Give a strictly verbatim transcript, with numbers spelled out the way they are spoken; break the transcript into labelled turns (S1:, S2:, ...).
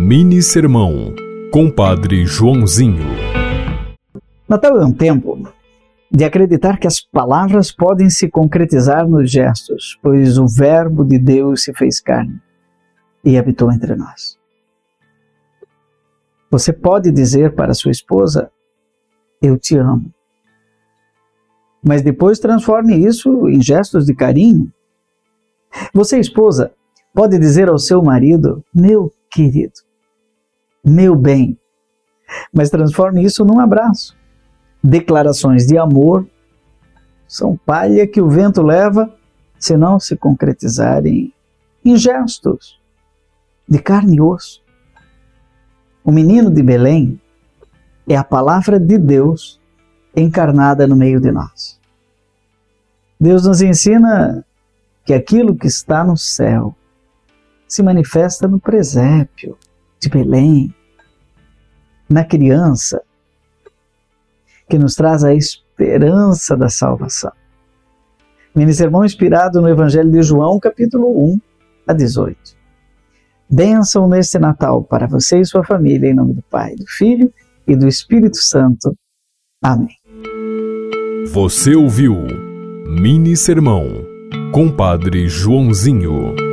S1: Mini Sermão, Compadre Joãozinho.
S2: Natal é um tempo de acreditar que as palavras podem se concretizar nos gestos, pois o Verbo de Deus se fez carne e habitou entre nós. Você pode dizer para sua esposa, eu te amo, mas depois transforme isso em gestos de carinho. Você, esposa, pode dizer ao seu marido, meu querido, meu bem, mas transforme isso num abraço. Declarações de amor são palha que o vento leva se não se concretizarem em gestos de carne e osso. O menino de Belém é a palavra de Deus encarnada no meio de nós. Deus nos ensina que aquilo que está no céu se manifesta no presépio de Belém, na criança, que nos traz a esperança da salvação. Mini sermão inspirado no Evangelho de João, capítulo um a dezoito. Bênção neste Natal para você e sua família, em nome do Pai, do Filho e do Espírito Santo. Amém.
S1: Você ouviu Mini Sermão, Compadre Joãozinho.